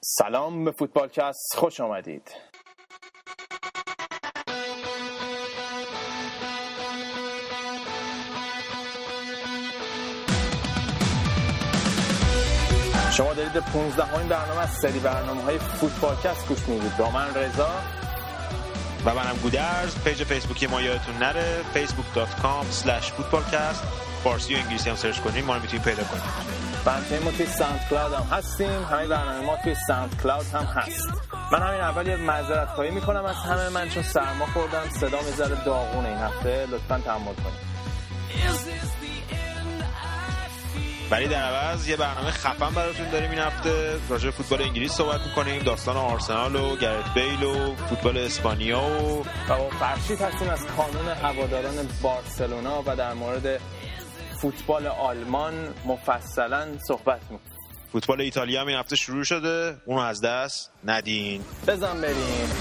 سلام به فوتبالکست، خوش آمدید. شما دارید به 15مین برنامه از سری برنامه‌های فوتبالکست گوش میدید. با من رضا و منم گودرز. پیج فیسبوکی ما یادتون نره، facebook.com/footballcast. فارسی و انگلیسی هم سرچ کنید ما رو میتونید پیدا کنید. همچنین ما توی ساوند کلاود هم هستیم. همین برنامه ما توی ساوند کلاود هم هست. من همین اول یه معذرت خواهی میکنم از همه، من چون سرما خوردم صدام یه ذره داغونه این هفته، لطفاً تحمل کنید. ولی در عوض یه برنامه خفن براتون داریم این هفته. راجع به فوتبال انگلیس صحبت می‌کنیم، داستان آرسنال و گرت بیل و فوتبال اسپانیا و فرشید هستیم از کانون هواداران بارسلونا و در مورد فوتبال آلمان مفصلا صحبت می‌کنیم. فوتبال ایتالیا هم این هفته شروع شده، اونو از دست ندین. بزن بریم.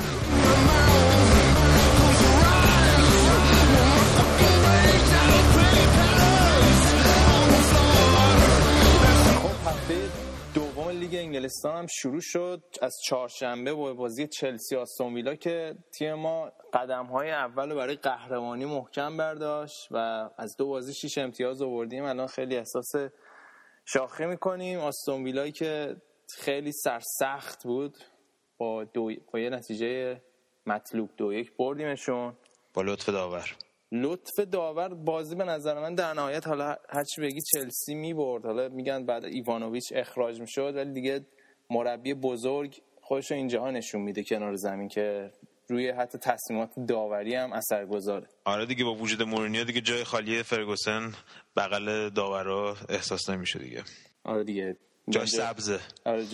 دوم لیگ انگلستان هم شروع شد از چهارشنبه با بازی چلسی آستون ویلا که تیم ما قدم‌های اول رو برای قهرمانی محکم برداشت و از 2 بازی 6 امتیاز آوردیم. الان خیلی احساس شاخی می‌کنیم. آستون ویلایی که خیلی سرسخت بود با یه نتیجه مطلوب 2-1 بردیمشون با لطف داور. بازی به نظر من در نهایت، حالا هرچی بگی چلسی میبرد، حالا میگن بعد ایوانوویچ اخراج میشد، ولی دیگه مربی بزرگ خودش رو اینجا نشون میده کنار زمین که روی حتی تصمیمات داوری هم اثرگذاره. آره دیگه، با وجود مورینیو دیگه جای خالی فرگوسن بغل داورا احساس نمیشه دیگه. آره دیگه جاش سبزه. آره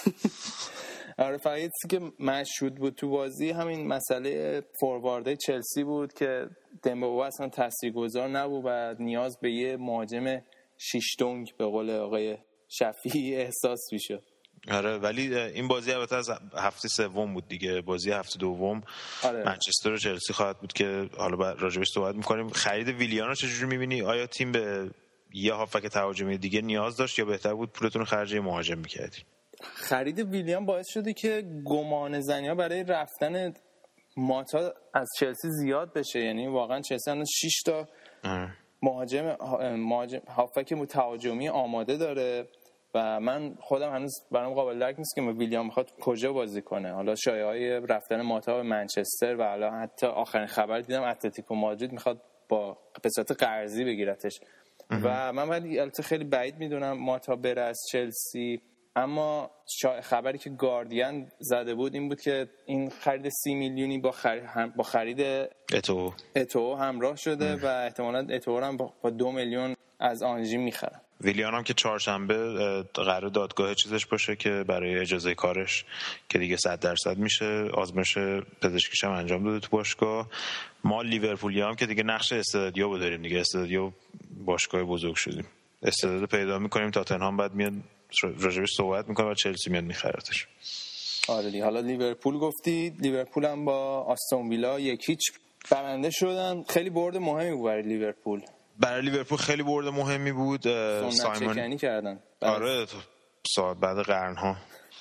آره فقط چیزی که مشهود بود تو بازی همین مسئله فوروارد چلسی بود که دمبابا اصلا تاثیرگذار نبود و نیاز به یه مهاجم شیشتونگ به قول آقای شفیعی احساس میشد. آره ولی این بازی البته از هفته سوم بود دیگه، بازی هفته دوم آره. منچستر و چلسی خواهد بود که حالا راجبش صحبت می‌کنیم. خرید ویلیان رو چجوری می‌بینی؟ آیا تیم به یه هافک تهاجمی دیگه نیاز داشت یا بهتر بود پولتون رو خرج مهاجم می‌کردید؟ خرید ویلیان باعث شده که گمان زنی‌ها برای رفتن ماتا از چلسی زیاد بشه. یعنی واقعا چلسی الان 6 تا مهاجم هافک تهاجمی آماده داره و من خودم هنوز برام قابل درک نیست که ویلیان میخواد کجا بازی کنه. حالا شایعه‌های رفتن ماتا به منچستر و حالا حتی آخرین خبر دیدم اتلتیکو مادرید میخواد به صورت قرضی بگیرتش و من ولی البته خیلی بعید میدونم ماتا بره از چلسی. اما خبری که گاردین زده بود این بود که این خرید 30 میلیونی با خرید اتو همراه شده و احتمالاً اتو هم با 2 میلیون از آنژی میخرن. ویلیان هم که چهارشنبه قرار دادگاه چیزش باشه که برای اجازه کارش که دیگه 100% میشه، آزمایش پزشکیش هم انجام داده تو باشگاه. ما لیورپولی هم که دیگه نقش استعدادیو داریم دیگه، استعدادیو باشگاه بزرگ شدیم، استعداد پیدا میکنیم. تاتنهام بعد میاد راجبش صحبت میکنه و چلسی میاد میخرتش. آره دیگه. حالا لیورپول گفتی، لیورپول هم با آستون ویلا 1-0 برنده شدن. خیلی برد مهمی بود برای لیورپول. خیلی برد مهمی بود. سایمون چکنی کردن. آره بعد قرنها.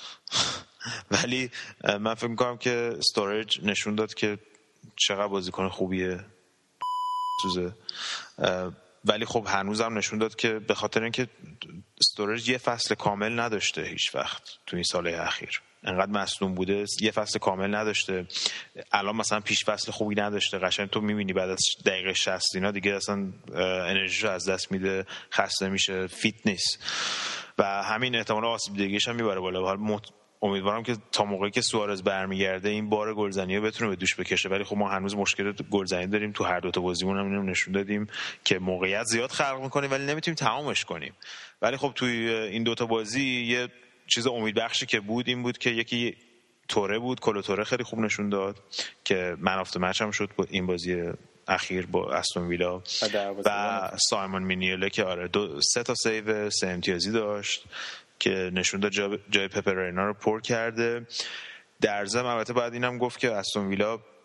ولی من فکر میکنم که استوریج نشون داد که چقدر بازیکن خوبیه سوزه، ولی خب هنوزم نشون داد که به خاطر اینکه استوریج یه فصل کامل نداشته هیچ وقت تو این سال اخیر، انقدر مصدوم بوده یه فصل کامل نداشته. الان مثلا پیش فصل خوبی نداشته، قشنگ تو میبینی بعد از دقیقه 60 اینا دیگه اصلا انرژیشو از دست میده، خسته میشه، فیت نیست و همین احتمال آسیب دیگه‌اش هم میبره بالا. حالا امیدوارم که تا موقعی که سوارز برمیگرده این بار گلزنی رو بتونه به دوش بکشه، ولی خب ما هنوز مشکل گلزنی داریم. تو هر دو تا بازیمون هم اینو نشون دادیم که موقعیت زیاد خلق می‌کنیم ولی نمیتونیم تمامش کنیم. ولی خب توی این دو تا بازی یه چیز امیدبخشی که بود این بود که یکی توره بود، کلو توره خیلی خوب نشون داد که من آف مچ هم شد این بازی اخیر با استون ویلا و سایمون مینیله که آره 3 تا سیو 3 امتیازی داشت که نشون داد جای پپرینا رو پر کرده. در ضمن البته بعد اینم گفت که استون ویلا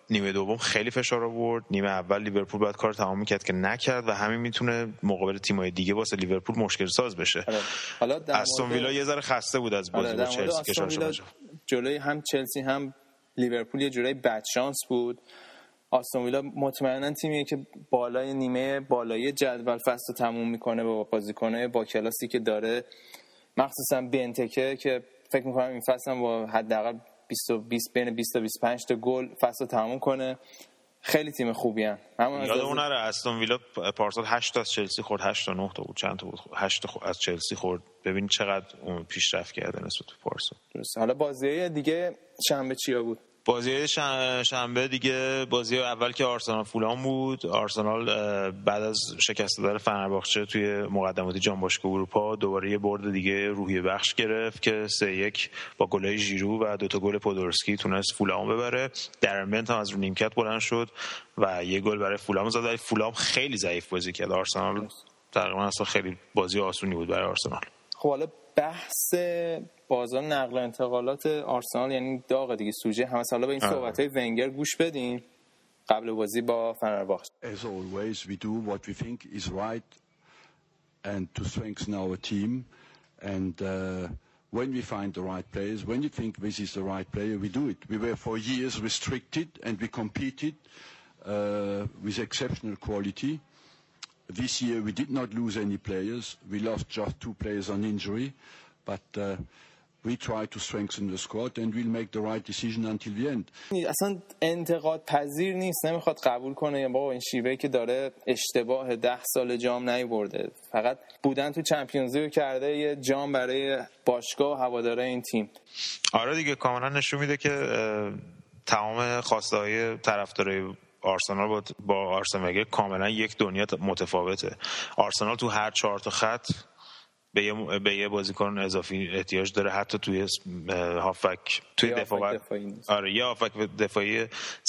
نیمه دوم خیلی فشار آورد. نیمه اول لیورپول باید کار تمام میکرد که نکرد و همین میتونه مقابل تیم‌های دیگه واسه لیورپول مشکل ساز بشه. حالا استون ویلا یه ذره خسته بود از بازی با چلسی که شاشه جلوی هم چلسی هم لیورپول یه جورایی بد شانس بود. استون ویلا مطمئنا تیمیه که بالای نیمه بالای جدول فصل تموم میکنه با بازیکن‌های با کلاسی که داره، مخصوصا بنتکه که فکر میکنم این فصل هم با حداقل 20 بین 20 تا 25 تا گل فصل تموم کنه. خیلی تیم خوبی ان. یادمون نره استون ویلا پارسال 8 تا از چلسی خورد، 8 تا 9 تا بود، چند تا بود، 8 تا از چلسی خورد. ببین چقدر اون پیشرفت کرده نسبت به پارسال. درست. حالا بازی دیگه شنبه چیا بود؟ بازی شنبه دیگه بازی اول که آرسنال فولام بود. آرسنال بعد از شکست دادن فنرباغچه توی مقدماتی جام باشگاه اروپا دوباره یه برد دیگه روحیه بخش گرفت که 3-1 با گلای ژیرو و 2 تا گل پودورسکی تونست فولام ببره. درمبنت هم از رو نیمکت بلند شد و یه گل برای فولام زد. ولی فولام خیلی ضعیف بازی کرد. آرسنال تقریبا اصلا خیلی بازی آسونی بود برای آرسنال. خب حالا بحث بازار نقل و انتقالات آرسنال یعنی داغ دیگه، سوژه همه سالا به این صحبت‌های ونگر گوش بدین قبل بازی با فنرباغچه. As always we do what we think is right and to strengthen our team and when we find the right players, when you think this is the right player, we do it. We were for years restricted and we competed with exceptional quality. This year we did not lose any players. We lost just 2 players on injury, but we try to strengthen the squad and we'll make the right decision until the end. اصلا انتقاد پذیر نیست، نمیخواد قبول کنه بابا این شیوهی که داره اشتباه، 10 سال جام نیورده، فقط بودن تو چمپیونز لیگ کرده یه جام برای باشگاه و هواداره این تیم. آره دیگه کاملا نشون میده که تمام خواسته‌های طرفدارای آرسنال با آرسن ونگر کاملا یک دنیا متفاوته. آرسنال تو هر 4 تا خط به یه بازیکن اضافی احتیاج داره، حتی توی هافک توی دفاع. آره یه هافک دفاعی 100%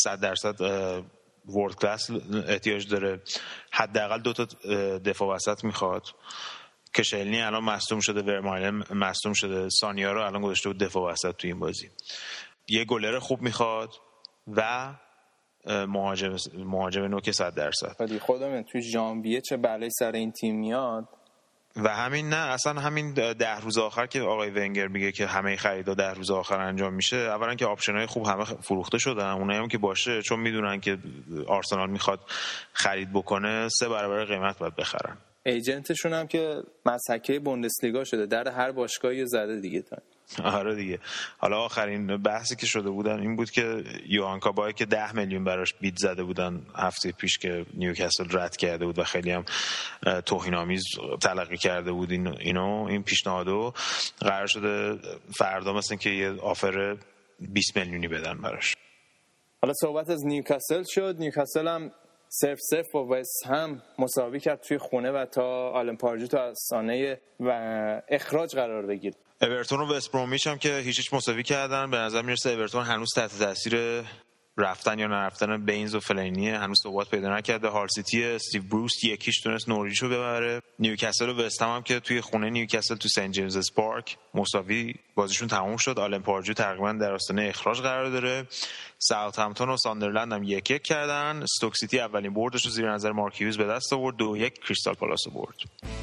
ورلد کلاس احتیاج داره. حداقل 2 تا دفاع وسط میخواد که شلنی الان مصدوم شده، ورمایلن مصدوم شده، سانیا رو الان گذاشته بود دفاع وسط توی این بازی. یه گلر خوب میخواد و مهاجم نوک 100%. ولی خودم توی ژانویه چه بلایی سر این تیم میاد. و همین نه اصلا همین 10 روز آخر که آقای ونگر میگه که همه خریدا 10 روز آخر انجام میشه، اولا که آپشن‌های خوب همه فروخته شدن، اونایی هم که باشه چون میدونن که آرسنال میخواد خرید بکنه 3 برابر قیمت باید بخرن. ایجنتشون هم که مسحکه بوندسلیگا شده، در هر باشگاهی زده دیگه تا. آره دیگه. حالا آخرین بحثی که شده بودن این بود که یوهان کابای که 10 میلیون براش بید زده بودن هفته پیش که نیوکاسل رد کرده بود و خیلی هم توهین‌آمیز تلقی کرده بود این پیشنهادو، قرار شده فردا مثلا که یه آفر 20 میلیونی بدن براش. حالا صحبت از نیوکاسل شد. نیوکاسل هم 0-0 با وست هم مساوی کرد توی خونه و تا آلن پارجو تو افسانه و اخراج قرار بگیره. اورتون و وست برومیچ هم که هیچ مساوی کردن. به نظر میرسه اورتون هنوز تحت تاثیر رفتن یا نرفتن بینز و فلینی هنوز ثبات پیدا نکرده. هال سیتی استیو بروس 1-0 تونست نوریچ رو ببره. نیوکاسل و وست هم که توی خونه نیوکاسل تو سنت جیمز پارک مساوی بازیشون تموم شد. آلن پارجو تقریبا در آستانه اخراج قرار داره. ساوثهمپتون و ساندرلند هم 1-1 کردن. استوک سیتی اولین بردش رو زیر نظر مارک هیوز به دست آورد. 2-1 کریستال پالاس رو برد.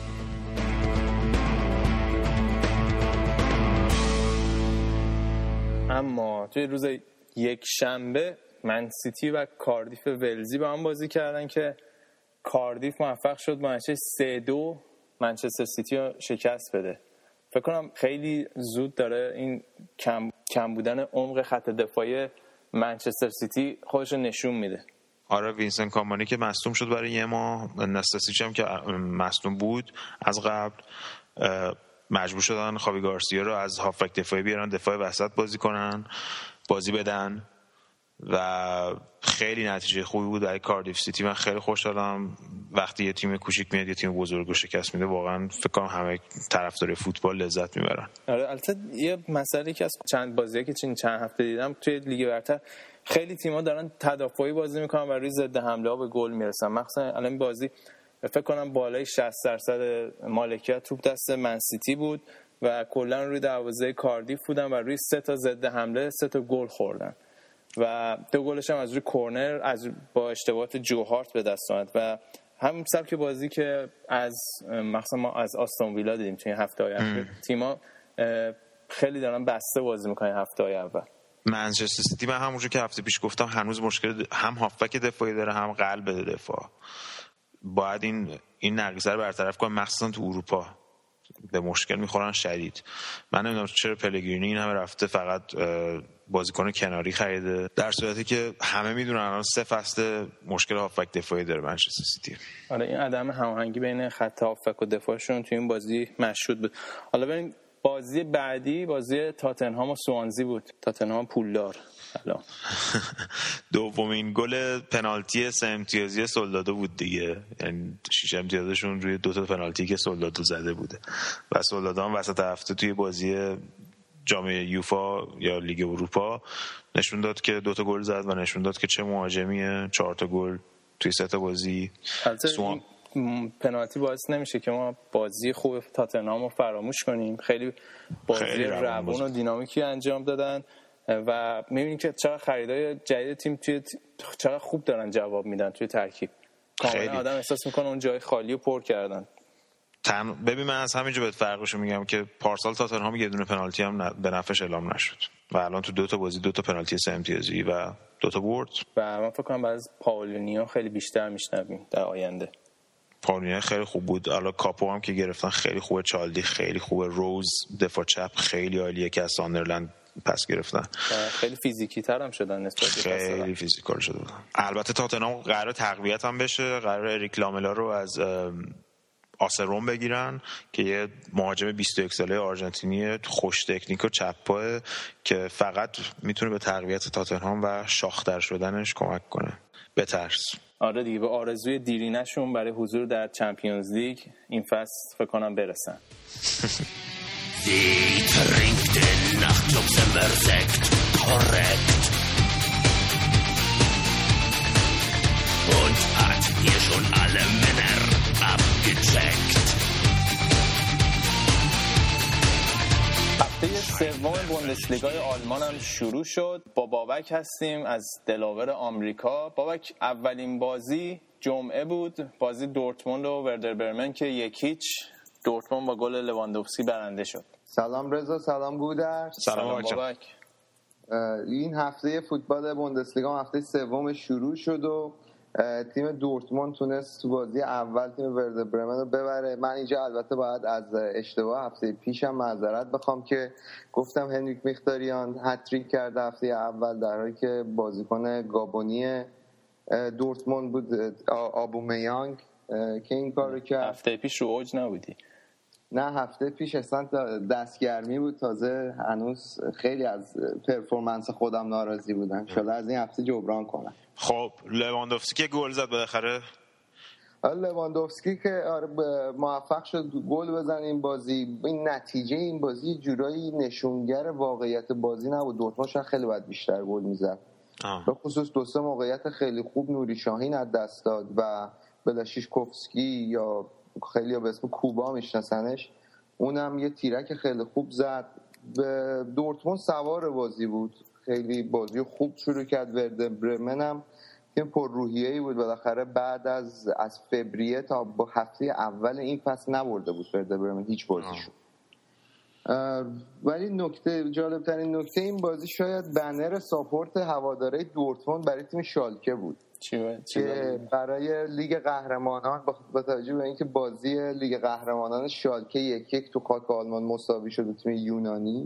اما توی روز یک شنبه من سیتی و کاردیف ولزی با هم بازی کردن که کاردیف موفق شد با نتیجه 3-2 منچستر سیتی رو شکست بده. فکر کنم خیلی زود داره این کم بودن عمق خط دفاعی منچستر سیتی خودش نشون میده. آره وینسنت کامپانی که مصدوم شد برای یه ماه، نستاسیچ هم که مصدوم بود از قبل، مجبور شدن خاوی گارسیا رو از هافبک دفاعی بیارن دفاع وسط بازی بدن و خیلی نتیجه خوبی بود برای کاردیف سیتی. من خیلی خوشحالم وقتی یه تیم کوچیک میاد یه تیم بزرگ رو شکست میده. واقعا فکر کنم همه طرفدار فوتبال لذت میبرن. آره البته یه مسئله که از چند بازیه که چند هفته دیدم توی لیگ برتر خیلی تیم‌ها دارن تدافعی بازی میکنن و روی ضد حمله ها به گل میرسن. مثلا الان بازی فکر کنم بالای 60% مالکیت توپ دست من سیتی بود و کلا روی دروازه کاردیف بودن و روی 3 تا ضد حمله 3 تا گل خوردن. و 2 گلش هم از روی کورنر با اشتباهات جو هارت به دست اومد و همین سبک بازی که از مثلا ما از آستون ویلا دیدیم توی هفته‌های اخیر. تیم‌ها خیلی دارن بسته بازی می‌کنن هفته‌های اول. منچستر سیتی من همونجور که هفته پیش گفتم هنوز مشکل هم هافبک دفاعی داره هم قلب دفاع. باید این نقیصه رو برطرف کنه، مخصوصا تو اروپا به مشکل میخورن شدید. من نمیدونم چرا پلگرینی این همه رفته فقط بازیکن کناری خریده، در صورتی که همه میدونن الان 3 فصل مشکل هافبک دفاعی داره منچستر سیتی. آره این عدم هماهنگی بین خط هافبک و دفاعشون تو این بازی مشهود بود. حالا بریم بازی بعدی، بازی تاتنهام و سوانزی بود. تاتنهام پولدار. دومین گل پنالتی 3 امتیازی سولدادو بود دیگه، یعنی 6 امتیازشون روی 2 تا پنالتی که سولدادو زده بوده و سولدادو هم وسط هفته توی بازی جام یوفا یا لیگ اروپا نشون داد که 2 تا گل زد و نشون داد که چه مهاجمیه. 4 تا گل توی 3 تا بازی. پنالتی باعث نمیشه که ما بازی خوب تاتنهام رو فراموش کنیم. خیلی بازی روون و دینامیکی انجام دادن و می‌بینیم که چقدر خریدای جدید تیم چقدر خوب دارن جواب میدن توی ترکیب. کاملا آدم احساس میکنه اون جای خالی رو پر کردن. ببین من از همینجا بهت فرقشو میگم که پارسال تاتنهام یه دونه پنالتی هم به نفعش اعلام نشد و الان تو 2 تا بازی 2 تا پنالتی 3 امتیازی و 2 تا برد و من فکر کنم از پاولینیو خیلی بیشتر میشنویم در آینده. پاولینیو خیلی خوب بود. حالا کاپو هم که گرفتن خیلی خوبه، چالدی خیلی خوبه، روز دفاع چپ خیلی عالیه که از ساندرلند پس گرفتن. خیلی فیزیکی تر هم شدن نسبت به خیلی فیزیکال شده بودن. البته تاتنهام قرار تقویت هم بشه، قرار اریک لاملا رو از آسروم بگیرن که یه مهاجم 21 ساله آرژانتینی خوش تکنیک و چپ پاه که فقط میتونه به تقویت تاتنهام و شاختر شدنش کمک کنه. بترس. آره دیگه، به آرزوی دیرینه‌شون برای حضور در چمپیونز لیگ این فصل فکر کنم برسن. Sie trinkt in Nachtclubs immer Sekt, korrekt. Und hat hier schon alle Männer abgecheckt. هفته سوم بوندسلیگای آلمان هم شروع شد. با بابک هستیم از دلاور آمریکا. بابک، اولین بازی جمعه بود، بازی دورتموند و وردر برمن که 1-0 دورتموند با گل لواندوفسکی برنده شد. سلام رضا، سلام گودر. سلام بابک. این هفته فوتبال بوندسلیگا هفته سوم شروع شد و تیم دورتموند تونست تو بازی اول تیم وردر برمن رو ببره. من اینجا البته باید از اشتباه هفته پیشم معذرت بخوام که گفتم هنریک میختاریان هتریک کرده هفته اول، در حالی که بازیکن گابونی دورتموند بود آبومیانگ که این کار رو کرد. هفته پیش رو اوج نبودی؟ نه، هفته پیش اصلا دستگرمی بود، تازه هنوز خیلی از پرفورمنس خودم ناراضی بودم. انشالله از این هفته جبران کنم. خب لواندوفسکی گل زد بالاخره. لواندوفسکی که موفق شد گل بزنه این بازی. این نتیجه این بازی جورایی نشونگر واقعیت بازی نبود. دورتموند شاید خیلی باید بیشتر گل میزد، به خصوص 2-3 موقعیت خیلی خوب نوری شاهین از دست داد و بلاشیشکوفسکی یا خیلی به اسم کوبا میشناسنش، اونم یه تیرک خیلی خوب زد. به دورتموند سوار بازی بود، خیلی بازی خوب شروع کرد. وردر برمن هم تیم پر روحیه‌ای بود، بالاخره بعد از فوریه تا با هفته اول این فصل نبرده بود وردر برمن هیچ بازیشو. ولی جالبترین نکته این بازی شاید بنر ساپورت هواداره دورتموند برای تیم شالکه بود که برای لیگ قهرمانان با توجه به اینکه بازی لیگ قهرمانان شالکه 1-1 تو خاک آلمان مساوی شد با تیم یونانی،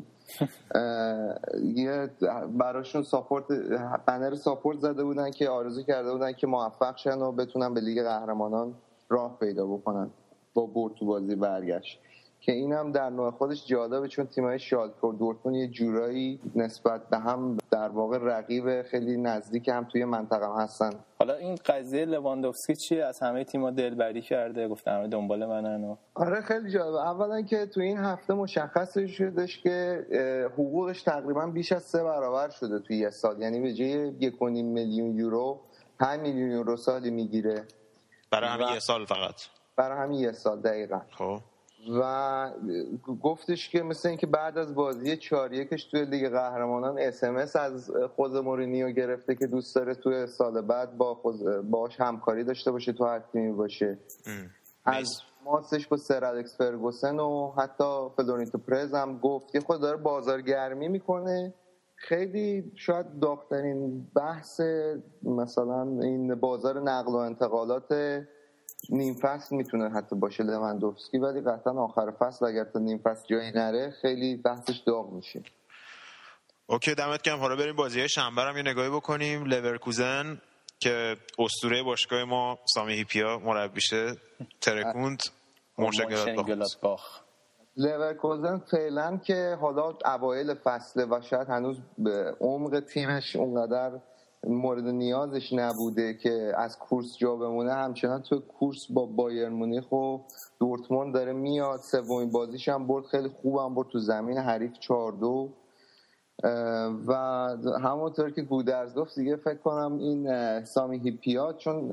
یه براشون بنر ساپورت زده بودن که آرزو کرده بودن که موفق شن و بتونن به لیگ قهرمانان راه پیدا بکنن با برد تو بازی برگشت، که اینم در نوع خودش جالبه چون تیم‌های شالکه و دورتموند یه جورایی نسبت به هم در واقع رقیب خیلی نزدیک هم توی منطقه هستن. حالا این قضیه لواندوفسکی چیه؟ از همه تیم‌ها دلبری کرده، گفتم همه دنبال منن. آره خیلی جالبه. اولا که توی این هفته مشخص شدش که حقوقش تقریبا بیش از 3 برابر شده توی یه سال، یعنی به جای 1.5 میلیون یورو 5 میلیون یورو سالی میگیره برای همین یه سال، فقط برای همین یه سال دقیقاً. خب و گفتش که مثل اینکه بعد از بازی 4-1 توی لیگ قهرمانان SMS از خود مورینیو گرفته که دوست داره توی سال بعد باهاش همکاری داشته باشه تو هر تیمی باشه. از ماسش با سر الکس فرگوسن و حتی فلورنتینو پرز هم گفت که خود داره بازارگرمی میکنه. خیلی شاید داغ‌ترین بحث مثلا این بازار نقل و انتقالات نیم فصل میتونه حتی باشه لواندوفسکی، ولی قطعا آخر فصل اگر تا نیم فصل جایی نره خیلی بحثش داغ میشه. اوکی دمت گرم. حالا بریم بازی شنبه رو یه نگاهی بکنیم. لورکوزن که اسطوره باشگاه ما سامی هیپیا مربیشه ترکوند مونشنگلادباخ. لورکوزن فعلا که حالا اوایل فصله و شاید هنوز به عمق تیمش اونقدر مورد نیازش نبوده که از کورس جا بمونه، همچنان تو کورس با بایرن مونیخ و دورتموند داره میاد. سومین بازیش هم برد، خیلی خوبم برد تو زمین حریف 4-2 و همونطور که گودرز گفت دیگه فکر کنم این سامی هیپیا چون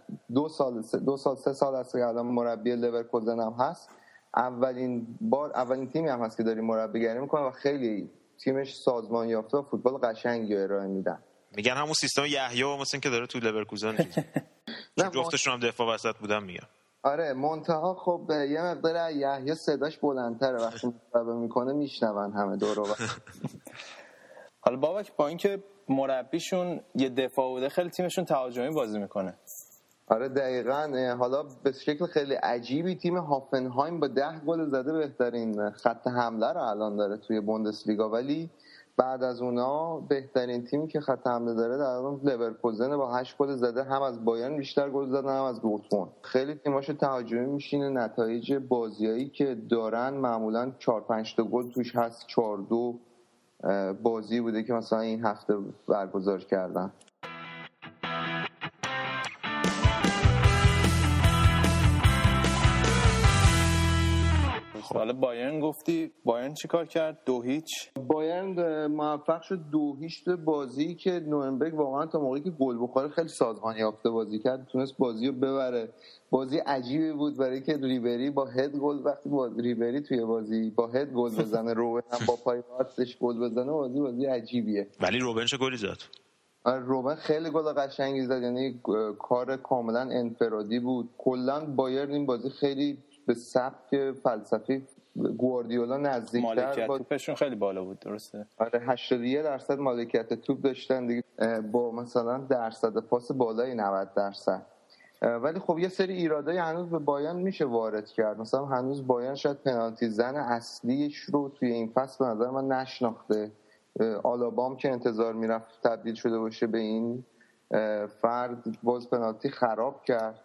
3 سال است که الان مربی لورکوزن هم هست، اولین تیمی هم هست که داری مربیگری میکنه و خیلی تیمش سازمان یافته و فوتبال قشنگی ارائه میدن. میگن همون سیستم یحیی و مثلا که داره تو لورکوزن چون جفتشون هم دفاع وسط بودن میگن. آره منتها خب یه مقدار یحیی صداش بلندتره، وقتی مصاحبه میکنه میشنون همه دور و بر. حالا بابک با اینکه مربیشون یه دفاع بوده خیلی تیمشون تهاجمی بازی میکنه. آره دقیقاً. حالا به شکل خیلی عجیبی تیم هافنهایم با 10 گل زده بهترین خط حمله رو الان داره توی بوندسلیگا، ولی بعد از اونا بهترین تیمی که خط حمله داره در الان لورکوزن با 8 گل زده، هم از بایرن بیشتر گل زدن هم از دورتموند. خیلی تیماشو تهاجمی میشینه، نتایج بازیایی که دارن معمولا 4-5 تا گل توش هست. 4-2 بازی بوده که مثلا این هفته برگزار کردن. حالا بایرن گفتی، بایرن چیکار کرد؟ 2-0 بایرن موفق شد 2-0 تو بازی که نورنبرگ واقعا تا موقعی که گل بخوره خیلی سازمان یافته بازی کرد، تونست بازی رو ببره. بازی عجیبی بود برای که ریبری با هد گل، وقتی با ریبری توی بازی با هد گل بزنه، روبن هم با پای راستش گل بزنه، بازی عجیبیه. ولی روبن چه گلی زد؟ روبن خیلی گل قشنگی زد، یعنی کار کاملا انفرادی بود. کلا بایرن این بازی خیلی به سبک فلسفی گواردیولا نزدیکتر، مالکیت توپشون خیلی بالا بود. درسته. آره 81% مالکیت توپ داشتن دیگه، با مثلا درصد پاس بالای 90%. ولی خب یه سری ایرادای هنوز به بایرن میشه وارد کرد. مثلا هنوز بایرن شاید پنالتی زن اصلیش رو توی این فصل به نظر من نشناخته. آلابام که انتظار میرفت تبدیل شده باشه به این فرد، باز پنالتی خراب کرد.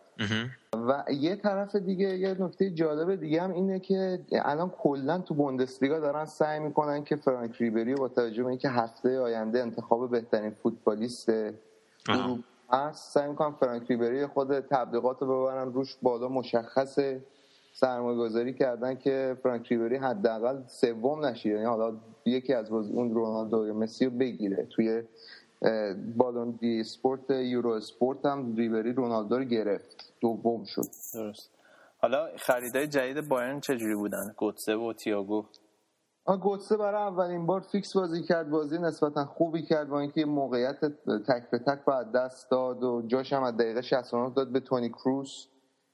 و یه طرف دیگه، یه نکته جالب دیگه هم اینه که الان کلا تو بوندسلیگا دارن سعی میکنن که فرانک ریبری با توجه به اینکه هفته آینده انتخاب بهترین فوتبالیست اروپا هست، سعی میکنن فرانک ریبری خود تبلیغات رو ببرن روش بالا. مشخصه سرمایه‌گذاری کردن که فرانک ریبری حداقل سوم نشه، یعنی حالا یکی از اون رونالدو یا مسی رو بگیره. توی بالون دی اسپورت یورو اسپورت هم ریبری رونالدو رو گرفت، دوم شد. درست. حالا خریدای جدید بایرن چجوری بودن؟ گوتسه و تییاگو. گوتسه برای اولین بار فیکس بازی کرد، بازی نسبتا خوبی کرد با اینکه موقعیت تک به تک بعد دست داد و جاش هم از دقیقه 69 داد به تونی کروس.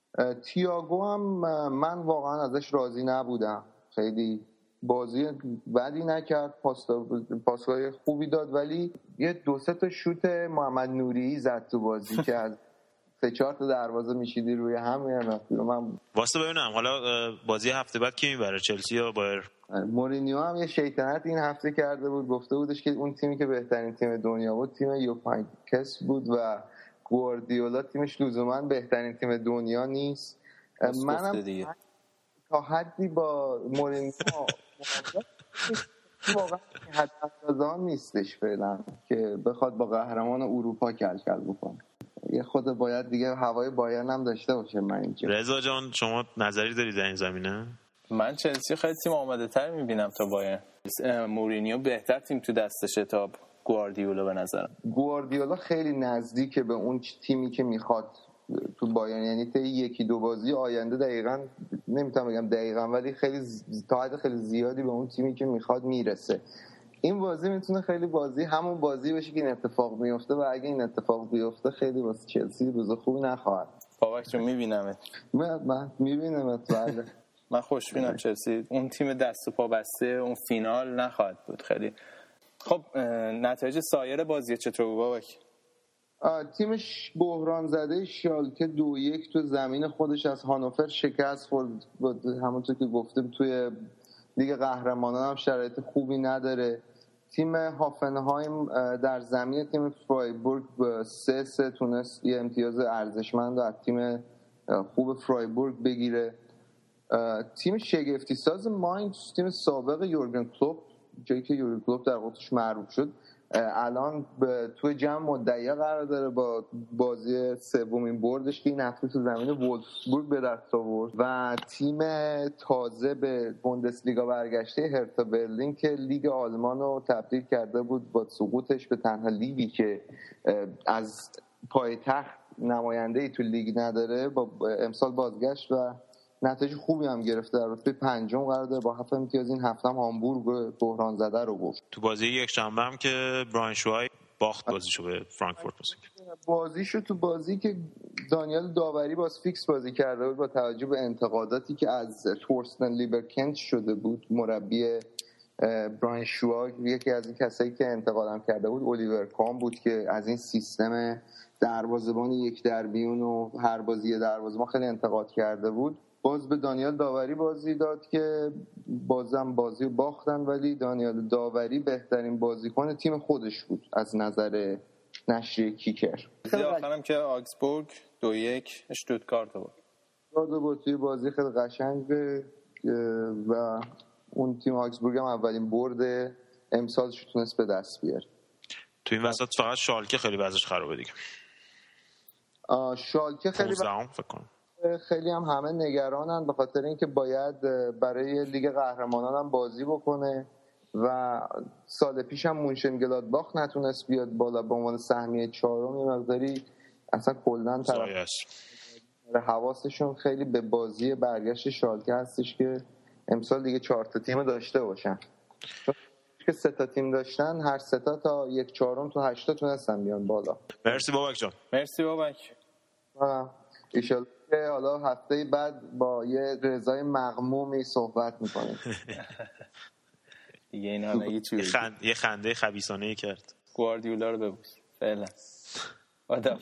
تییاگو هم من واقعا ازش راضی نبودم، خیلی بازی بدی نکرد، پاس‌های خوبی داد، ولی یه 2-3 تا شوت محمد نوری زد تو بازی که از 3-4 تا دروازه میشیدی روی هم. من واسه ببینم حالا بازی هفته بعد کی میبره، چلسی یا بایر؟ مورینیو هم یه شیطنت این هفته کرده بود، گفته بودش که اون تیمی که بهترین تیم دنیا بود تیم یوفنتوس بود و گواردیولا تیمش لزوما بهترین تیم دنیا نیست. منم تا حدی با مورینیو واقعا حداقل نیستش فعلا که بخواد با قهرمان اروپا کلکل بکنه. یه خود باید دیگه هوای بایرن هم داشته باشه. من اینجا رضا جان شما نظری دارید در این زمینه؟ من چلسی خیلی تیم آماده تر میبینم تا بایرن. مورینیو بهتر تیم تو دستشه تا گواردیولا به نظرم. گواردیولا خیلی نزدیکه به اون تیمی که میخواد تو بایرن، یعنی تا 1-2 بازی آینده دقیقاً نمیتونم بگم دقیقاً ولی خیلی تا حد خیلی زیادی به اون تیمی که میخواد میرسه. این بازی میتونه خیلی بازی همون بازی بشه که این اتفاق میفته و اگه این اتفاق بیفته خیلی واسه چلسی روز خوبی نخواهد. بابک جون میبینمت. من میبینمت. بله من خوشبینم چلسی اون تیم دست و پا بسته اون فینال نخواهد بود. خیلی خب نتایج سایر بازی چطور بود بابک؟ تیمش بحران زده شالکه 2-1 تو زمین خودش از هانوفر شکست خورد. همونطور که گفتیم توی لیگ قهرمانان هم شرایط خوبی نداره. تیم هافنهایم در زمین تیم فرایبورگ به 3-3 تونست یه امتیاز ارزشمند از تیم خوب فرایبورگ بگیره. تیم شگفتی ساز ماینز، تیم سابق یورگن کلوپ، جایی که یورگن کلوپ در وقتش معروف شد، الان توی جمع مدعیا قرار داره با بازی سومین بردش که این هفته تو زمین وولفسبورگ به دست آورد و تیم تازه به بوندسلیگا برگشته هرتا برلین که لیگ آلمان رو تبدیل کرده بود با سقوطش به تنها لیگی که از پایتخت نماینده‌ای تو لیگ نداره، با امسال بازگشت و نتایج خوبی هم گرفته. در رتبه پنجم قرار داره با 7 امتیاز. این هفته هم هامبورگ بحران زده رو برد. تو بازی یک شنبه هم که براین شوای باخت بازیشو به فرانکفورت. بازیشو تو بازی که دانیال داوری باز فیکس بازی کرده بود با توجه به انتقاداتی که از تورستن لیبرکنت شده بود، مربی براین شوای، یکی از این کسایی که انتقادم کرده بود الیور کام بود که از این سیستم دروازه‌بان یک در بیون و هر بازی دروازه‌بان خیلی انتقاد کرده بود. باز به دانیال داوری بازی داد که بازم بازی رو باختن، ولی دانیال داوری بهترین بازیکن تیم خودش بود از نظر نشریه کیکر. آخرم که آگزبورگ 2-1 اشتوتگارت بود. توی بازی خیلی قشنگ و اون تیم آگزبورگ هم اولین برد امسالش تونست به دست بیاره. تو این وسط فقط شالکه خیلی وضعش خرابه دیگه. شالکه خیلی هم همه نگرانن به خاطر اینکه باید برای لیگ قهرمانان هم بازی بکنه و سال پیش هم مونشنگلادباخ نتونست بیاد بالا به عنوان سهمیه چهارم. یه مقداری اصلا کلاً طرف حواسشون خیلی به بازی برگشت شالکه هستش که امسال دیگه 4 تا تیم داشته باشن، که 3 تا تیم داشتن، هر 3 تا 1/4 تو 8 تا تونستن بیان بالا. مرسی بابک جان. مرسی بابک. ان شاء الله که حالا هفته بعد با یه رضای مغمومی صحبت می‌کنیم. دیگه اینا نگی چی یه خنده خبیثانه‌ای کرد. گواردیولا رو ببوس. فعلا. آدم.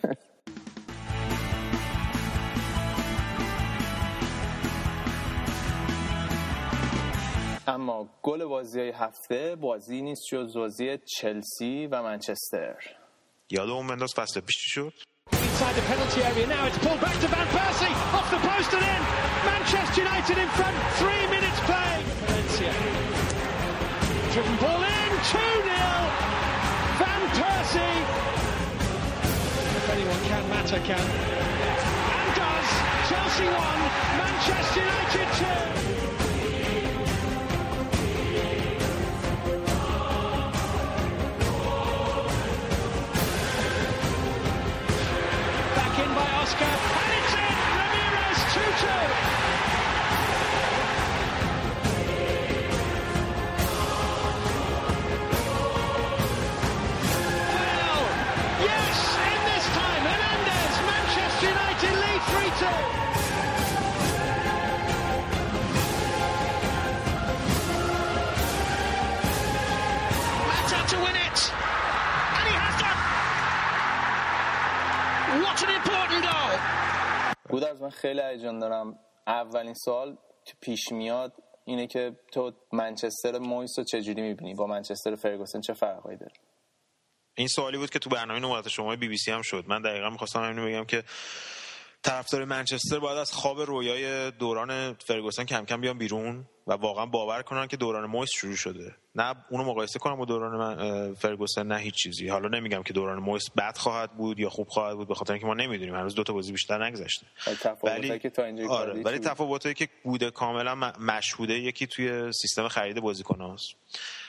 اما گل بازی‌های هفته بازی نیست جز بازی چلسی و منچستر. یادمون بنداز فصل پیش چی شد؟ Inside the penalty area now, it's pulled back to Van Persie, off the post and in. Manchester United in front, 3 minutes play. Valencia, driven ball in, 2-0. Van Persie. If anyone can, Mata can. And does. Chelsea 1, Manchester United 2. And it's in! Ramirez 2-2! Well, yes! In this time, Hernandez! Manchester United lead 3-2! Mata to win it! And he has done! What an important goal! گودرز من خیلی هیجان دارم. اولین سوال که پیش میاد اینه که تو منچستر مویس رو چجوری میبینی؟ با منچستر فرگوسن چه فرقایی داره؟ این سوالی بود که تو برنامه نوبت شما BBC هم شد. من دقیقاً می‌خواستم اینو بگم که طرفدار منچستر باید از خواب رویای دوران فرگوسن کم کم بیان بیرون و واقعا باور کنن که دوران مویس شروع شده. نه اونو مقایسه کنم با دوران فرگوسن، نه هیچ چیزی. حالا نمیگم که دوران مویس بد خواهد بود یا خوب خواهد بود، به خاطر اینکه ما نمیدونیم، هنوز 2 تا بازی بیشتر نگذشته. ولی تفاوتایی که بوده کاملا مشهوده. یکی توی سیستم خرید بازیکناست.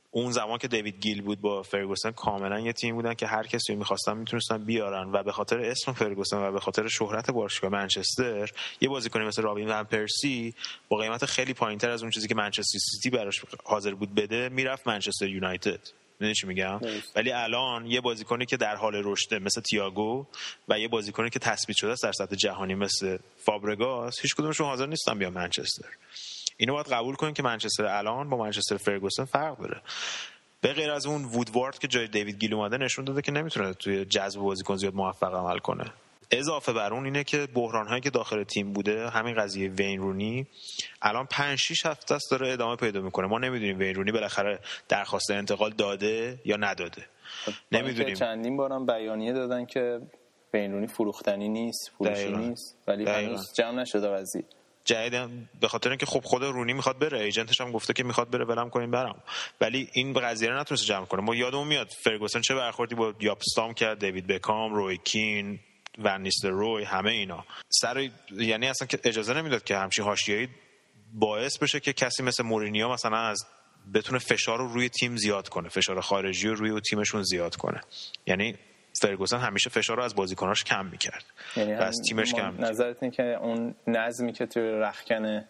اون زمان که دیوید گیل بود با فرگوسن کاملا یه تیم بودن که هر کسی رو می‌خواستن میتونستن بیارن و به خاطر اسم فرگوسن و به خاطر شهرت باشگاه منچستر یه بازیکنی مثل رابین ون پرسی با قیمت خیلی پایینتر از اون چیزی که منچستر سیتی براش حاضر بود بده میرفت منچستر یونایتد. میدونی چی میگم؟ ولی الان یه بازیکنی که در حال رشده مثل تییاگو و یه بازیکنی که تثبیت شده است در سطح جهانی مثل فابرگاس هیچ کدومشون حاضر نیستن بیان منچستر. اینو باید قبول کنیم که منچستر الان با منچستر فرگوسن فرق داره. به غیر از اون وودوارد که جای دیوید گیل اومده نشون داده که نمیتونه توی جذب بازیکن زیاد موفق عمل کنه. اضافه بر اون اینه که بحران‌هایی که داخل تیم بوده، همین قضیه وین رونی الان 5-6 هفته است داره ادامه پیدا میکنه. ما نمیدونیم وین رونی بالاخره درخواست انتقال داده یا نداده. نمیدونیم. چندین بارم بیانیه دادن که وین رونی فروختنی نیست، فروشی نیست، ولی هنوز جمع نشده قضیه. جدیدن به خاطر اینکه خب خود رونی میخواد بره، ایجنتش هم گفته که میخواد بره، ولم کنین برام، ولی این قضیه رو نتونسته جمع کنه. ما یادمون میاد فرگوسن چه برخوردی با یاپستام کرد، دیوید بکام، روی کین، ون نیستلروی، همه اینا یعنی اصلا که اجازه نمیداد که همچین حاشیه‌ای باعث بشه که کسی مثل مورینیو مثلا از بتونه فشار رو روی تیم زیاد کنه، فشار خارجی رو روی تیمشون زیاد کنه. یعنی فرگوسن همیشه فشار رو از بازیکناش کم می‌کرد، یعنی از تیمش کم. نظرت اینه که اون نظمی که توی رختکن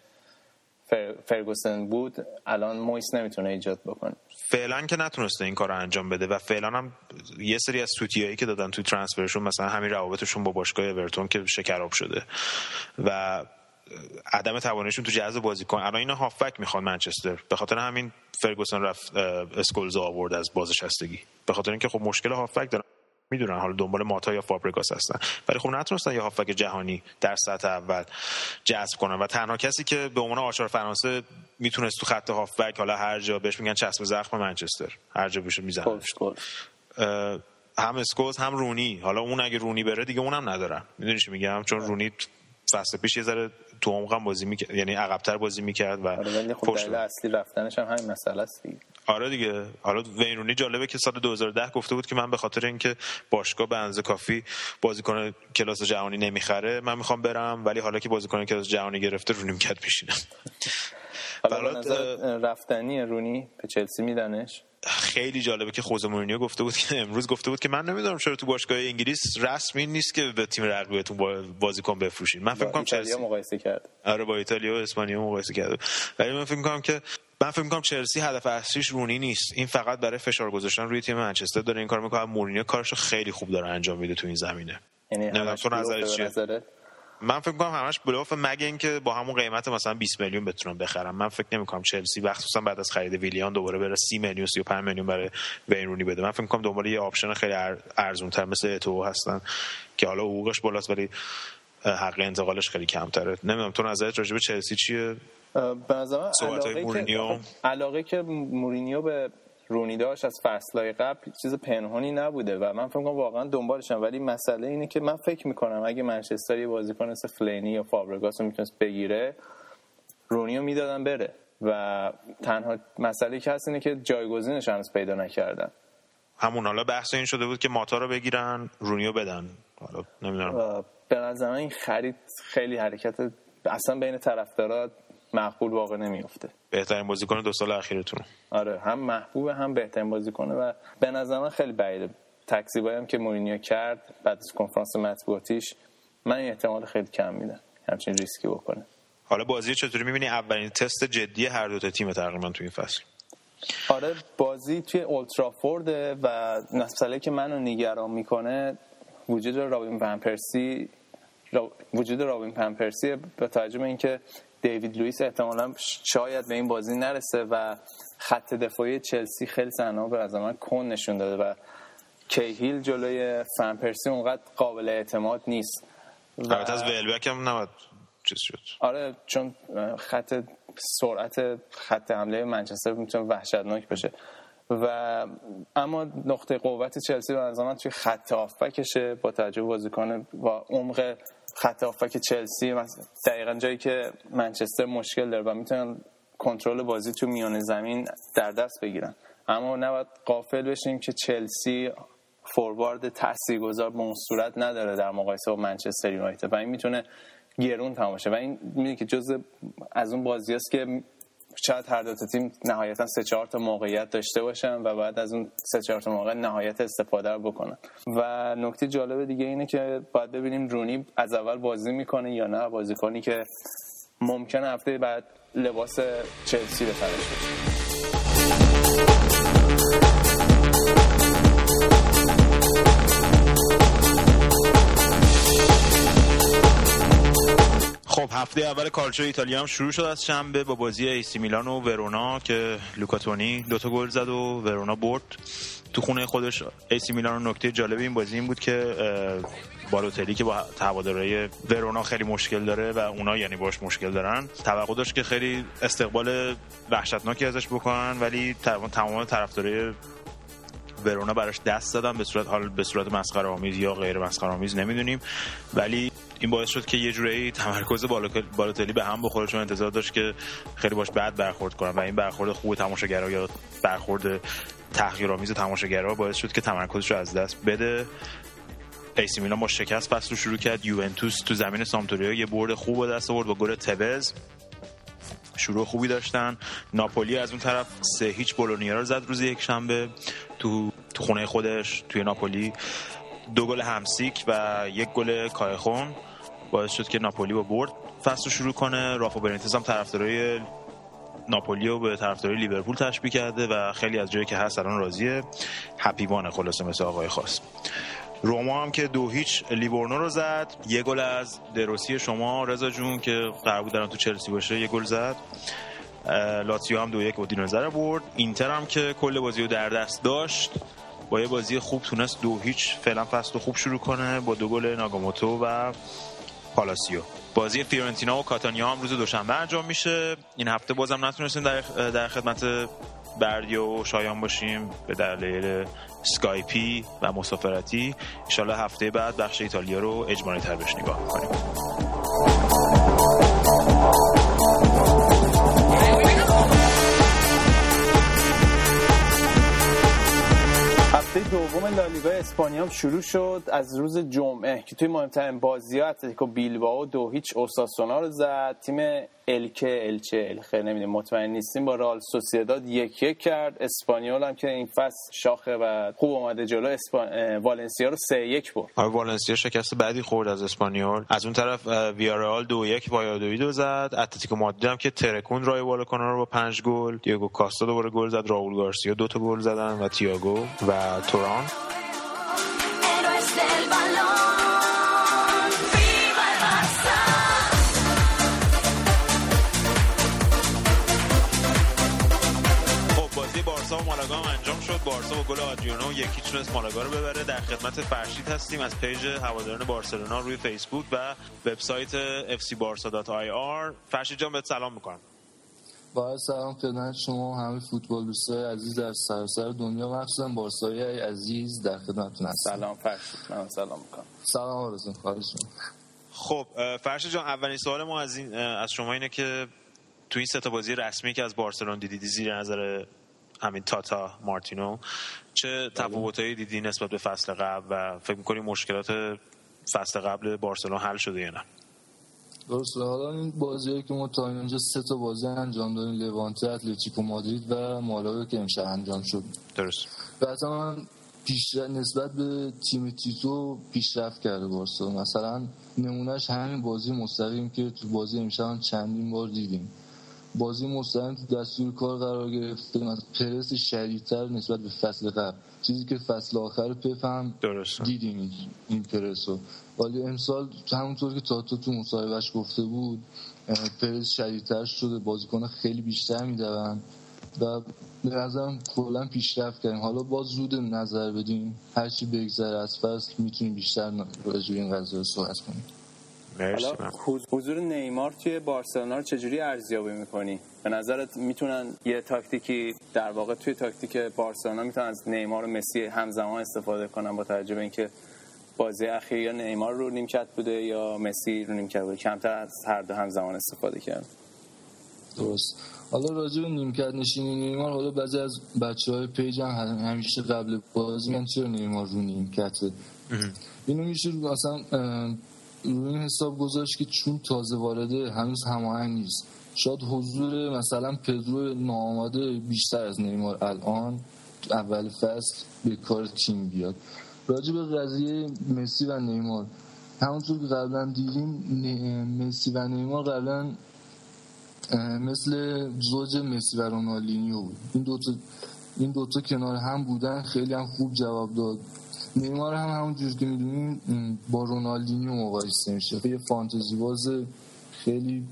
فرگوسن بود الان مویس نمیتونه ایجاد بکنه؟ فعلا که نتونسته این کار رو انجام بده و فعلا هم یه سری از توتیایی که دادن توی ترانسفرشون، مثلا همین روابطشون با باشگاه اورتون که شکراب شده و عدم تواناییشون تو جذب بازیکن. الان اینا هافبک میخوان منچستر، به خاطر همین فرگوسن رفت اسکولز آورد از بازنشستگی، به خاطر اینکه خب مشکل هافبک دارن، میدونن حالا دنبال ماتا یا فابرگاس هستن، ولی خب نتونستن یه هافبک جهانی در سطح اول جذب کنن و تنها کسی که به عنوان آچار فرانسه میتونست تو خط هافبک، حالا هر جا بهش میگن چسب زخم منچستر، هر جا بشه میزنن، هم اسکولز هم رونی. حالا اون اگه رونی بره دیگه اونم ندارن، میدونی چی میگم؟ چون رونی فصل پیش یه ذره تو عمقم بازی میکرد، یعنی عقب‌تر بازی میکرد و خب دلیل اصلی رفتنش هم همین مسئله است دیگه. آره دیگه. حالا وین رونی جالبه که سال 2010 گفته بود که من به خاطر اینکه باشگاه به اندازه کافی بازیکن کلاس جهانی نمیخره من میخوام برم، ولی حالا که بازیکن کلاس جهانی گرفته رونی میکرد پیشینم. حالا نظر رفتنی رونی به چلسی میدنش؟ خیلی جالبه که خوزه مورینیو گفته بود که امروز گفته بود که من نمیدونم چرا تو باشگاه انگلیس رسمی نیست که به تیم رقیبتون بازیکن بفروشین. من فکر می‌کنم چلسی مقایسه کرد. آره با ایتالیا و اسپانیا مقایسه کرد، ولی من فکر می‌کنم چلسی هدف اصلیش رونی نیست، این فقط برای فشار گذاشتن روی تیم منچستر داره این کارو می‌کنه. مورینیو کارشو خیلی خوب داره انجام میده تو این زمینه. یعنی نمیدونم تو نظرت چیه؟ من فکر می‌کنم همش بلوف، مگه اینکه با همون قیمت مثلا 20 میلیون بتونن بخرن. من فکر نمی‌کنم چلسی مخصوصا بعد از خرید ویلیان دوباره بره 30 میلیون 35 میلیون برای وین رونی بده. من فکر می‌کنم دنبال یه آپشن خیلی ارزان‌تر مثل اتو هستن که حالا حقوقش بالاست ولی حق انتقالش خیلی کمتره. نمیدونم تو نظرت راجع به چلسی چیه؟ به نظرم علاقه که مورینیو به رونی داشت از فصل‌های قبل چیز پنهانی نبوده و من فکر می‌کنم واقعا دنبالشم، ولی مسئله اینه که من فکر می‌کنم اگه منچستر یه بازیکن مثل فلینی یا فابرگاس رو میتونست بگیره رونی رو میدادن بره و تنها مسئله که هست اینه که جایگزینش هنوز پیدا نکردن. همون حالا بحث این شده بود که ماتا رو بگیرن رونی رو بدن. حالا نمیدونم، به نظر من این خرید خیلی حرکت اصلا بین طرفدارا مقبول واقع نمیفته. بهترین بازیکن 2 سال اخیرتون. آره هم محبوبه هم بهترین بازیکنه و به نظر من خیلی بعیده. تکذیبایی هم که مورینیو کرد بعد از کنفرانس مطبوعاتیش من این احتمال خیلی کم میدم همچین ریسکی بکنه. حالا بازی چطوری می‌بینی؟ اولین تست جدی هر دو تا تیم تقریبا تو این فصل. آره بازی توی اولترافورد و مسئله که منو نگران میکنه وجود رابین ون پرسی به توجه به اینکه دیوید لوئیس احتمالاً شاید به این بازی نرسه و خط دفاعی چلسی خیلی صحنه‌ها به نظر من کن نشون داده و کیهیل جلوی فن پرسی اونقدر قابل اعتماد نیست. البته از ویلبک هم نباید چیز شد. آره چون سرعت خط حمله منچستر میتونه وحشتناک بشه و اما نقطه قوت چلسی به نظر من توی خط هافبکشه با توجه به بازیکن با عمق خط هافبک چلسی دقیقاً جایی که منچستر مشکل داره و میتونن کنترل بازی تو میان زمین در دست بگیرن. اما نباید غافل بشیم که چلسی فوروارد تاثیرگذار به اون صورت نداره در مقایسه با منچستر یونایتد و این میتونه گرون تمام شه و این میگه که جزء از اون بازیاست که شاید هر دو تا تیم نهایتا 3-4 تا موقعیت داشته باشن و بعد از اون 3-4 تا موقع نهایت استفاده رو بکنن. و نکته جالب دیگه اینه که باید ببینیم رونی از اول بازی میکنه یا نه، بازیکنی که ممکنه هفته بعد لباس چلسی به تنش بشه. خب هفته اول کالچو ایتالیا هم شروع شد از شنبه با بازی ایسی میلان و ورونا که لوکا تونی 2 تا گل زد و ورونا برد تو خونه خودش ایسی میلان. نکته جالب این بازی این بود که بالوتلی که با هوادارهای ورونا خیلی مشکل داره و اونا یعنی باش مشکل دارن، توقع داشت که خیلی استقبال وحشتناکی ازش بکنن، ولی تمام طرفدارای ورونا براش دست زدن به صورت مسخره‌آمیز یا غیر مسخره‌آمیز نمیدونیم، ولی این باعث شد که یه جوری تمرکز بالوتلی به هم بخوره، چون انتظار داشت که خیلی باش بد برخورد کنن و این برخورد خوب تماشاگرها یا برخورد تحقیرآمیز تماشاگرها باعث شد که تمرکزش رو از دست بده. ایسی میلان با شکست فصل رو شروع کرد. یوونتوس تو زمین سامپدوریا یه برد خوب به دست آورد با گل توز، شروع خوبی داشتن. ناپولی از اون طرف 3-0 بولونیا رو زد روز یک شنبه تو خونه خودش توی ناپولی. 2 گل همسیک و 1 گل کایخون باعث شد که ناپولی با برد فصل رو شروع کنه. رافا بنیتز هم طرفدارای ناپولی رو به طرفدارای لیورپول تشبیه کرده و خیلی از جایی که هست الان راضیه، هپیوانه خلاصه مثل آقای خاص. روما هم که 2-0 لیورنو رو زد. 1 گل از دروسی شما رضا جون که قرار بود الان تو چلسی باشه 1 گل زد. لاتزیو هم 2-1 با دینوزر برد. اینتر هم که کل بازی رو در دست داشت با یه بازی خوب تونست 2-0 فعلا فصل خوب شروع کنه با 2 گل ناگاموتو و پالاسیو. بازی فیورنتینا و کاتانیا هم روز دوشنبه انجام میشه. این هفته بازم نتونستیم در خدمت بردی و شایان باشیم به دلیل اسکایپی و مسافرتی. ان شاءالله هفته بعد بخش ایتالیا رو اجمالی تر بهش نگاه می‌کنیم. هفته دوم لالیگا اسپانیا شروع شد از روز جمعه که توی مهمترین بازی‌ها اتلتیکو بیلبائو 2-0 اوساسونا رو زد. تیم الچه نمیدونم مطمئن نیستیم با رئال سوسییداد 1-1 کرد. اسپانیول هم که این فصل شاخه و خوب اومده جلو والنسیا رو 3-1 برد. والنسیا شکست بعدی خورد از اسپانیول. از اون طرف ویارئال 2-1 وایادولید زد. اتلتیکو مادرید هم که ترکوند رای والکانا رو با 5 گل. دیگو کاستا دوباره گل زد. راول گارسیا 2 تا گل زدن و تییاگو و توران. بارسا و مالاگا هم انجام شد. بارسا با گل آدریانو 1-0 تونست مالاگا رو ببره. در خدمت فرشید هستیم از پیج هواداران بارسلونا روی فیسبوک و وبسایت fcbarsa.ir. فرشید جان بهت سلام میکنم. با سلام خدمت شما همه فوتبال دوستای عزیز در سراسر دنیا، مخصوصا بارسایی عزیز در خدمتتون هستم. سلام فرشید. من سلام میکنم. سلام آرزو. خواهش می‌کنم. خب فرشید جان اولین سوال ما از شما اینه که تو این 3 تا بازی رسمی که از بارسلون دیدی زیر نظر همین تاتا مارتینو چه تفاوتایی دیدی نسبت به فصل قبل و فکر می‌کنی مشکلات فصل قبل بارسلون حل شده یا نه؟ درسته. حالا این بازیایی که ما تا اینجا 3 تا بازی انجام دادیم، لوانته، اتلتیکو مادرید و مالاگا که امشب انجام شد. درست. بعضا من نسبت به تیم تیتو پیشرفت کرده بارسا. مثلا نمونهش همین بازی مستقیم که تو بازی امشب هم چندین بار دیدیم. بازی مستقیم تو دستور کار قرار گرفته، مثلا پرس شدیدتر نسبت به فصل قبل، چیزی که فصل آخر پپ هم دیدیم این پرسو. ولی امسال همونطور که تاتو تو مصاحبهش گفته بود پرس شدیدتر شده، بازیکن خیلی بیشتر میدون و به نظرم کلا پیشرفت کردیم. حالا باز زود نظر بدیم، هرچی بگذره از فصل میتونیم بیشتر راجع به این قضیه صحبت کنیم. حالا حضور نیمار توی بارسلونا رو چجوری ارزیابی می‌کنی؟ به نظرت میتونن یه تاکتیکی در واقع توی تاکتیک بارسلونا میتونن از نیمار و مسی همزمان استفاده کنن با توجه به اینکه بازی اخیر یا نیمار رو نیمکت بوده یا مسی رو نیمکت بوده، کمتر از هر دو همزمان استفاده کرد؟ درست. حالا راجع به نیمکت نشینی نیمار، حالا بعضی از بچه‌های پیج هم همیشه قبل بازی میگن چرا نیمار رو نیمکته. اینو میشه مثلا روی این حساب گذاشت که چون تازه وارده هنوز هماهنگ نیست، شاید حضور مثلا پدرو ناآماده بیشتر از نیمار الان اول فصل به کار تیم بیاد. راجع به قضیه مسی و نیمار، همونطور که قبلا دیدیم مسی و نیمار قبلا مثل زوج مسی و رونالدینیو بود. این دوتا کنار هم بودن، خیلی هم خوب جواب داد. نیمار هم همونجور که میدونیم با رونالدینیو مقایسه میشه، یه فانتزی باز خیلی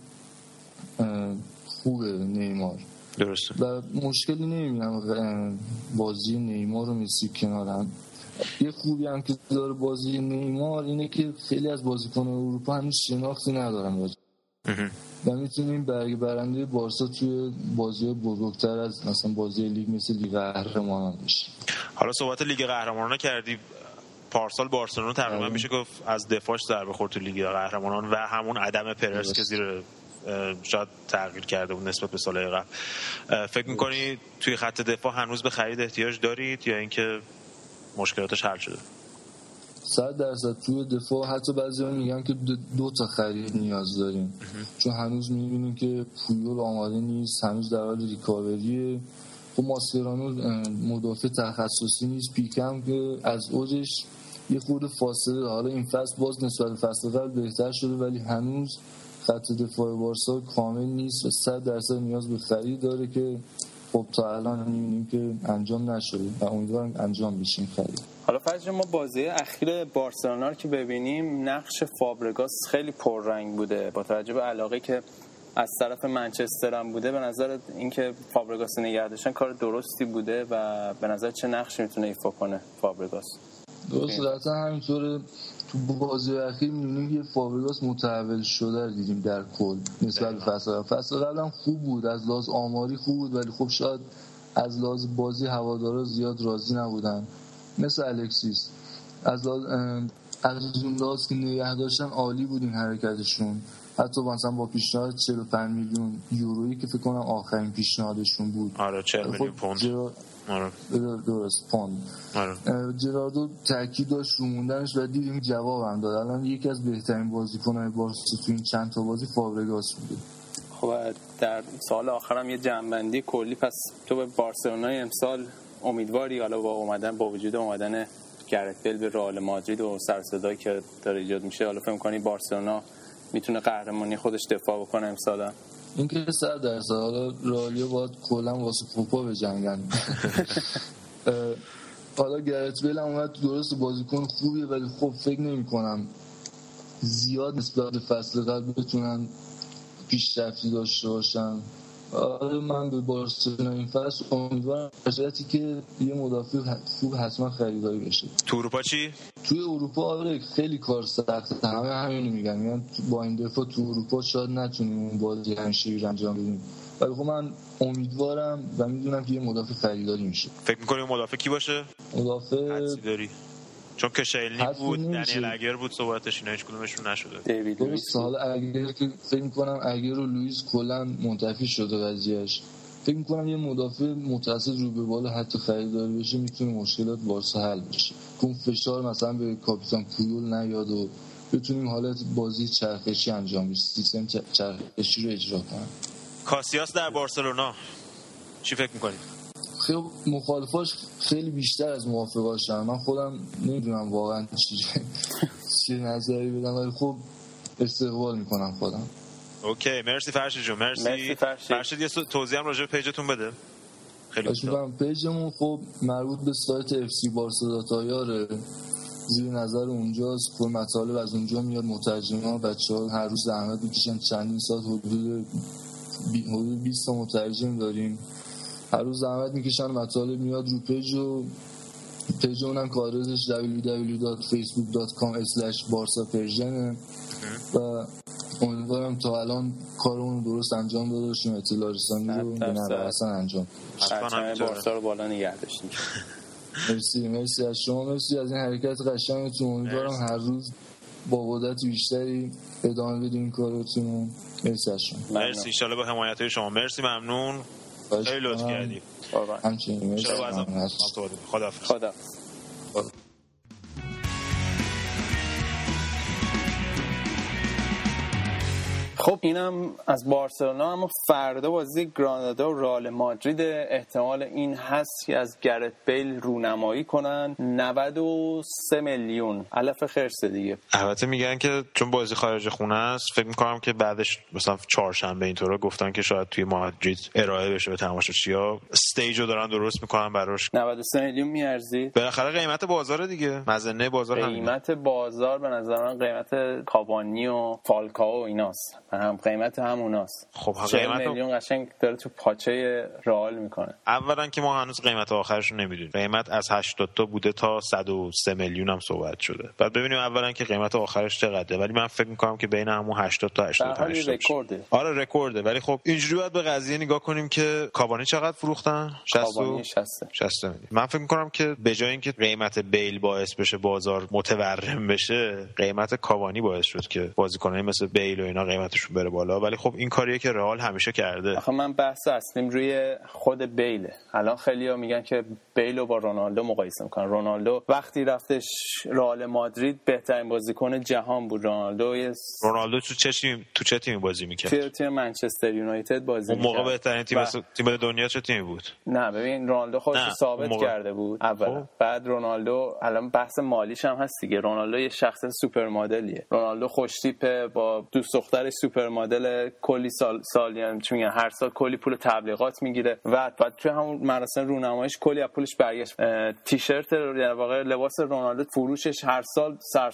خوبه نیمار. درسته. و مشکلی نمیبینم بازی نیمار و مسی کنار هم. یه خوبی هم که داره بازی نیمار اینه که خیلی از بازیکنان اروپا هنوز شناختی ندارن و میتونیم برنده بارسا توی بازی بزرگتر از مثلا بازی لیگ مثل لیگ قهرمانان بشه. حالا صحبت لیگ قهرمانان کردی، پارسال بارسلونا تقریبا میشه گفت از دفاعش ضربه خورد تو لیگ قهرمانان و همون عدم پرس که زیر شاید تغییر کرده بود نسبت به سالهای قبل. فکر می‌کنی توی خط دفاع هنوز به خرید احتیاج دارید یا اینکه مشکلاتش حل شده؟ 100% توی دفاع حتی بعضی‌ها میگن که 2 تا خرید نیاز داریم، چون هنوز می‌بینیم که پویول آماده نیست، هنوز در حال ریکاوریه. خب ماسکرانو مدافع تخصصی نیست، پیکم که از اوجش یه خورده فاصله، حالا این فصل باز نسبت به فصل قبل بهتر شده ولی هنوز خط دفاع بارسا کامل نیست و 100% نیاز به خرید داره که خب تا الان می‌بینیم که انجام نشده و امیدوارم انجام بشه این خرید. حالا فرض ما بازی اخیر بارسلونا رو که ببینیم، نقش فابرگاس خیلی پررنگ بوده با توجه به علاقه که از طرف منچستر هم بوده. به نظر اینکه فابرگاس نگه داشتن کار درستی بوده و به نظر چه نقشی میتونه ایفا کنه فابرگاس؟ درست رفتن همینطوره. تو بازی اخیر می‌بینیم یه فابرگاس متحول شده رو دیدیم در کل نسبت به فصل قبل هم خوب بود، از لحاظ آماری خوب بود ولی خب شاید از لحاظ بازی هوادارا زیاد راضی نبودن، مثل الکسیس. از اون لحاظ که نگه داشتن عالی بود این حرکتشون، حتی مثلا با پیشنهاد 45 میلیون یورویی که فکر کنم آخرین پیشنهادشون بود. آره 40 میلیون پوند. آره درست پوند. آره. جراردو تاکید داشت رو موندنش و دیدیم جواب هم داد. الان یکی از بهترین بازیکن‌های بارسا تو این چند تا بازی فابرگاس بوده. خب در سال آخرام یه جنبندی کلی، پس تو به بارسلونای امسال امیدواری؟ حالا با وجود اومدن گرت بیل به رئال مادرید و سر صدایی که داره ایجاد میشه، حالا فکر می‌کنی بارسلونا میتونه قهرمانی خودش دفاع بکنه امسال؟ این که 100% حالا رئالیا باید کلا واسه کوپا بجنگن. حالا گرت بیل هم اومد، درست بازیکن خوبیه ولی خب فکر نمی‌کنم زیاد نسبت به فصل قبل بتونن پیشرفتی داشته باشن. آره من به بارسلونا این فصل امیدوارم شرایطی که یه مدافع خوب حتما خریداری بشه. تو اروپا چی؟ توی اروپا آره خیلی کار سخته، همینو میگن با این دفعه تو اروپا شاید نتونیم اون بازی همیشگی رو انجام بدیم ولی خب من امیدوارم و میدونم که یه مدافع خریداری میشه. فکر می‌کنی مدافع کی باشه؟ مدافع حدسی داری؟ چون که شیلنی بود، دنیل اگر بود صحبتش، اینا هیچ کدومشون نشده. دیوید لوئیس. حالا اگر که فکر می‌کنم اگر و لوئیس کلا منتفی شده قضیهش، فکر می‌کنم یه مدافع متوسط رو به بالا حتی خریداری بشه میتونه مشکلات بارسا حل بشه. اون فشار مثلا به کاپیتان پویول نیاد و بتونیم حالت بازی چرخشی انجام بدیم، سیستم چرخشی رو اجرا کنیم. کاسیاس در بارسلونا چی فکر می‌کنی؟ خیلی مخالفاش خیلی بیشتر از موافقاشن. من خودم نمیدونم واقعا چه نظری بدم ولی خب استقبال میکنم خودم. اوکی مرسی فرشید جون. مرسی فرشید. یه توضیح هم راجع به پیجتون بده. خیلی خوب. پیجمون خب مربوط به سایت اف سی بارسا داتایار، زیر نظر اونجاست، کل مطالب از اونجا میاد، مترجما بچه‌ها هر روز زحمت میکشن، چندین ساعت حدود 20 تا مترجم داریم، هر روز زحمت میکشن، مطالب میاد رو پیج و پیج اونم که آدرسش www.facebook.com/barsapersian و امیدوارم تا الان کارمون درست انجام داده باشیم، اطلاع رسانی رو به نحو حسن انجام پرچم بارسا رو بالا نگه داشتیم. مرسی از شما، مرسی از این حرکت قشنگتون. امیدوارم هر روز با قدرت بیشتری ادامه بدیم این کارتون. مرسی از شما. مرسی ان شاءالله با حمایت شما. مرسی ممنون. خیلی لطف کردی. همچنین مرسی. خدا خب اینم از بارسلونا. اما فردا بازی گرانادا و رئال مادرید احتمال این هست که از گرت بیل رونمایی کنن. 93 میلیون الف خرس دیگه. البته میگن که چون بازی خارج خونه است فکر میکنم که بعدش مثلا چهارشنبه اینطورا گفتن که شاید توی مادرید ارائه بشه به تماشاچی‌ها، استیجو دارن درست میکنن براش. 93 میلیون میارزید؟ بالاخره قیمت بازار دیگه، مزنه بازار همینه. قیمت بازار به نظر من قیمت کاوانی و فالکاو و ایناست، هم قیمت هموناست. خب 40 میلیون قشنگ داره تو پاچه رئال میکنه. اولا که ما هنوز قیمت آخرش رو نمیدونیم، قیمت از 80 تا بوده تا 103 میلیون هم صحبت شده. بعد ببینیم اولا که قیمت آخرش چقدره، ولی من فکر میکنم که بین همون 80 تا 88 رکورده. آره رکورده، ولی خب اینجوری باید به قضیه نگاه کنیم که کاوانی چقدر فروختن؟ 60 میلیون. من فکر میکنم که به جای اینکه قیمت بیل باعث بشه بازار متورم بشه، قیمت کاوانی باعث شد که بازیکنایی مثل بیل و اینا قیمتشون بره بالا. ولی خب این کاریه که رئال همیشه کرده. آخه من بحث اصلیم روی خود بیله. الان خیلی‌ها میگن که بیل رو با رونالدو مقایسه میکنن. رونالدو وقتی رفتش رئال مادرید بهترین بازیکن جهان بود. رونالدو تو چه تیمی بازی میکرد؟ توی تیم منچستر یونایتد بازی میکرد. اون موقع بهترین تیم دنیا چه تیمی بود؟ نه ببین رونالدو خودش ثابت کرده بود اول. بعد رونالدو الان بحث مالیش هم هست دیگه. رونالدو یه شخص سوپر مدلیه. رونالدو خوش تیپه، با دوست دخترش سوپر مدل، کلی سال یعنی چون هر سال کلی پول تبلیغات میگیره و بعد توی همون مراسم رونماییش کلی از پولش برگشت. تیشرت در واقع لباس رونالدو فروشش هر سال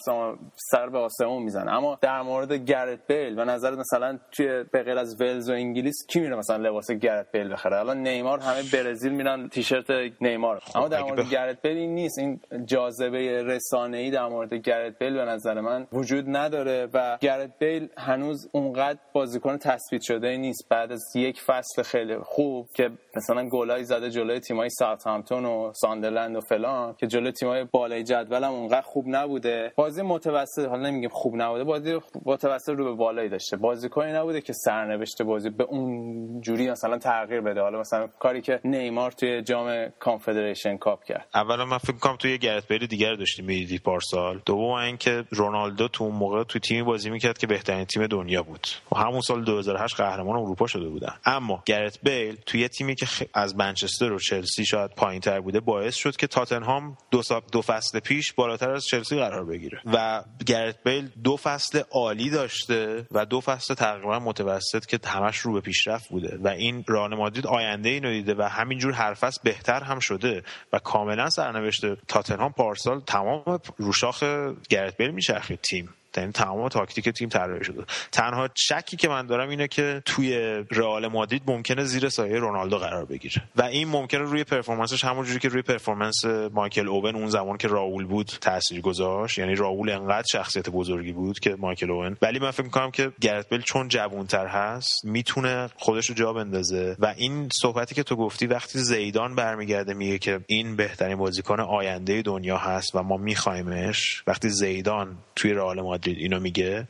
سر به آسمون میزنه. اما در مورد گرت بیل و نظر مثلا توی به غیر از ولز و انگلیس کی میره مثلا لباس گرت بیل بخره؟ الان نیمار همه برزیل میرن تیشرت نیمار. اما در مورد گرت بیل این نیست. این جاذبه رسانه‌ای در مورد گرت بیل به نظر من وجود نداره و گرت بیل هنوز اونقدر بازیکن تثبیت شده نیست. بعد از یک فصل خیلی خوب که مثلا گلای زده جلوی تیمای ساوثهامپتون و ساندرلند و فلان که جلوی تیمای بالای جدول هم اونقدر خوب نبوده. بازی متوسط، حالا نمیگم خوب نبوده، بازی متوسط رو به بالایی داشته. بازیکنی نبوده که سرنوشت بازی به اون جوری مثلا تغییر بده. حالا مثلا کاری که نیمار توی جام کانفدریشن کاپ کرد. اولا من فکر می‌کنم توی گرت بیل دیگر داشتیم می‌دیدی پارسال. دوم اینکه رونالدو تو اون موقع تو تیمی بازی می‌کرد که بهترین تیم دنیا بود و همون سال 2008 قهرمان اروپا شده بودن. اما گرت بیل توی تیمی که از منچستر و چلسی شاید پایین‌تر بوده باعث شد که تاتنهام دو فصل پیش بالاتر از چلسی قرار بگیره و گرت بیل 2 فصل عالی داشته و 2 فصل تقریبا متوسط که همش رو به پیشرفت بوده و این رئال مادرید آینده اینو دیده و همینجور هر فصل بهتر هم شده و کاملا سرنوشت تاتنهام پارسال تمام رو شاخ گرت بیل میچرخید تیم. یعنی تمام تاکتیک تیم طراحی شده. تنها شکی که من دارم اینه که توی رئال مادرید ممکنه زیر سایه رونالدو قرار بگیره و این ممکنه روی پرفورمنسش همونجوری که روی پرفورمنس مایکل اوون اون زمان که راول بود تاثیر گذاشت. یعنی راول انقدر شخصیت بزرگی بود که مایکل اوون، ولی من فکر می‌کنم که گرت بیل چون جوان‌تر هست میتونه خودش رو جا بندازه و این صحبتی که تو گفتی وقتی زیدان برمیگرده میگه که این بهترین بازیکن آینده دنیا هست و ما می‌خوایمش، وقتی زیدان توی رئال مادرید اینو میگه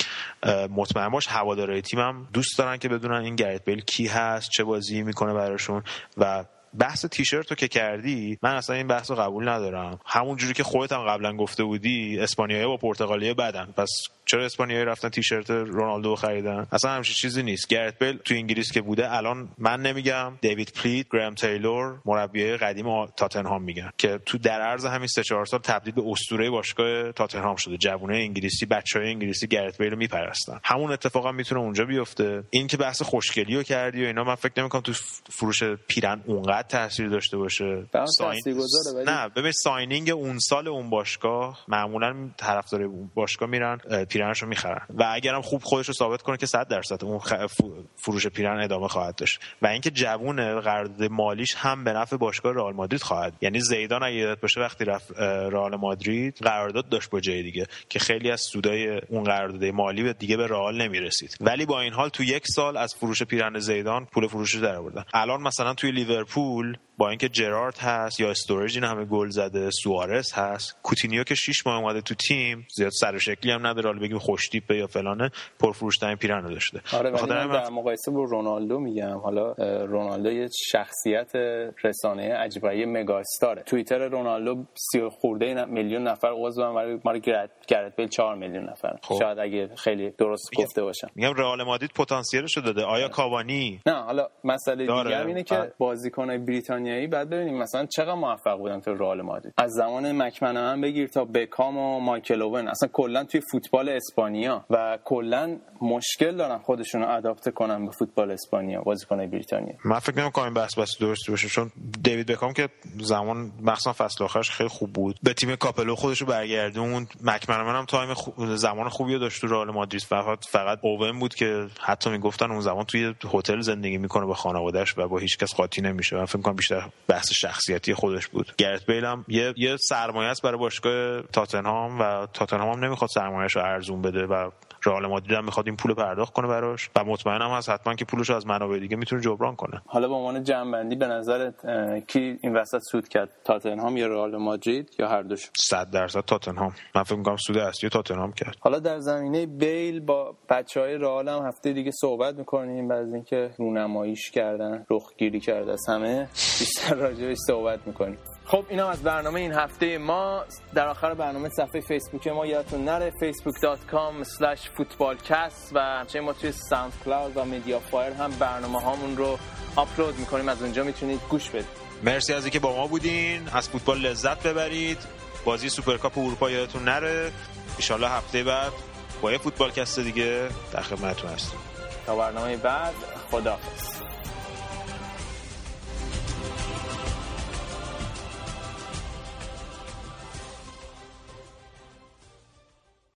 مطمئن باش هوادارهای تیمم دوست دارن که بدونن این گرت بیل کی هست، چه بازی میکنه براشون. و بحث تیشرت رو که کردی من اصلا این بحث رو قبول ندارم. همون جوری که خودت هم قبلا گفته بودی اسپانیایی با پرتغالی بدن، پس چرا اسپانیایی رفتن تیشرت رونالدو خریدن؟ اصلا همچین چیزی نیست. گرت بیل تو انگلیس که بوده، الان من نمیگم، دیوید پلیت، گرام تیلور مربیای قدیم تاتنهام میگن که تو در عرض همین 3-4 سال تبدیل به اسطوره باشگاه تاتنهام شده. جوونه انگلیسی، بچهای انگلیسی گرت بیل رو میپرستن. همون اتفاقا میتونه اونجا بیفته. این که بحث خوشگلی رو کردی و اینا، من فکر نمیکنم تو فروش پیرن اونقدر تاثیر داشته باشه. نه ببین ساینینگ اون سال اون باشگاه معمولا طرفدار اون باشگاه میرن پیرنشو میخرن و اگرم خوب خودش رو ثابت کنه که 100% اون فروش پیرن ادامه خواهد داشت و اینکه جوونه قرارداد مالیش هم به نفع باشگاه رئال مادرید خواهد. یعنی زیدان اگه یادت باشه وقتی رفت رئال مادرید قرارداد داشت با جای دیگه که خیلی از سودای اون قرارداد مالی دیگه به رئال نمیرسید، ولی با این حال تو یک سال از فروش پیرن زیدان پول فروشش در آوردن. الان مثلا توی لیورپول با اینکه جرارد هست یا استوریج این همه گل زده، سوارز هست، کوتینیو که 6 ماه اومده تو تیم زیاد سر و شکلی هم نداره، حالا بگیم خوش تیپه یا فلانه، پرفروش ترین پیرنو داشته. آره ولی من در مقایسه با رونالدو میگم، حالا رونالدو یه شخصیت رسانه‌ای عجیبه، یه مگا استاره. توییتر رونالدو 30 خورده میلیون نفر عضو، ولی ما گرت بیل 4 میلیون نفر. شاید اگه خیلی درست گفته باشم. میگم رئال مادرید پتانسیلشو داده. آیا کاوانی؟ نه حالا مسئله دیگه اینه که بازیکن‌های بریتانیایی بعد ببینیم مثلا چقدر موفق بودن تو رئال مادرید. از زمان مکمنمن بگیر تا بکام و مایکل اوون، اصلا کلا توی فوتبال اسپانیا و کلا مشکل دارن خودشون رو آداپته کنن به فوتبال اسپانیا بازیکن‌های بریتانیا. من فکر نمی‌کنم این بحث درست باشه، چون دیوید بکام که زمان مخصوصا فصل آخرش خیلی خوب بود، به تیم کاپلو خودش رو برگردوند. مکمنمن هم تایم زمان خوبی داشت تو رئال مادرید، فقط اوون بود که حتی میگفتن اون زمان توی هتل زندگی میکنه با خانواده‌اش و با هیچ کس قاطی نمیشه. من فکر می‌کنم بیشتر بحث شخصیتی خودش بود. گرت بیل هم یه سرمایه است برای باشگاه تاتنهام و تاتنهام هم نمیخواد سرمایه‌شو ارزون بده و رئال مادرید هم میخواد این پول پرداخت کنه براش و مطمئنم هست حتما که پولشو از منابع دیگه میتونه جبران کنه. حالا به عنوان جمع‌بندی به نظرت کی این وسط سود کرد، تاتنهام یا رئال مادرید یا هر دوش؟ 100% تاتنهام. من فکر می‌کنم سود اصلی تاتنهام کرد. حالا در زمینه بیل با بچهای رئال هم هفته دیگه صحبت می‌کنیم، بعد از اینکه رونماییش کردن، رخگیری کرده از همه، بیشتر راجعش صحبت می‌کنیم. خب اینم از برنامه این هفته ما. در آخر برنامه صفحه فیسبوک ما یادتون نره facebook.com/footballcast و همچنین ما توی ساوند کلاود و مدیا فایر هم برنامه هامون رو آپلود میکنیم، از اونجا میتونید گوش بدید. مرسی از اینکه با ما بودین، از فوتبال لذت ببرید. بازی سوپرکاپ اروپا یادتون نره. ان شاءالله هفته بعد با یه فوتبالکست دیگه در خدمتتون هستیم. تا برنامه بعد، خداحافظ.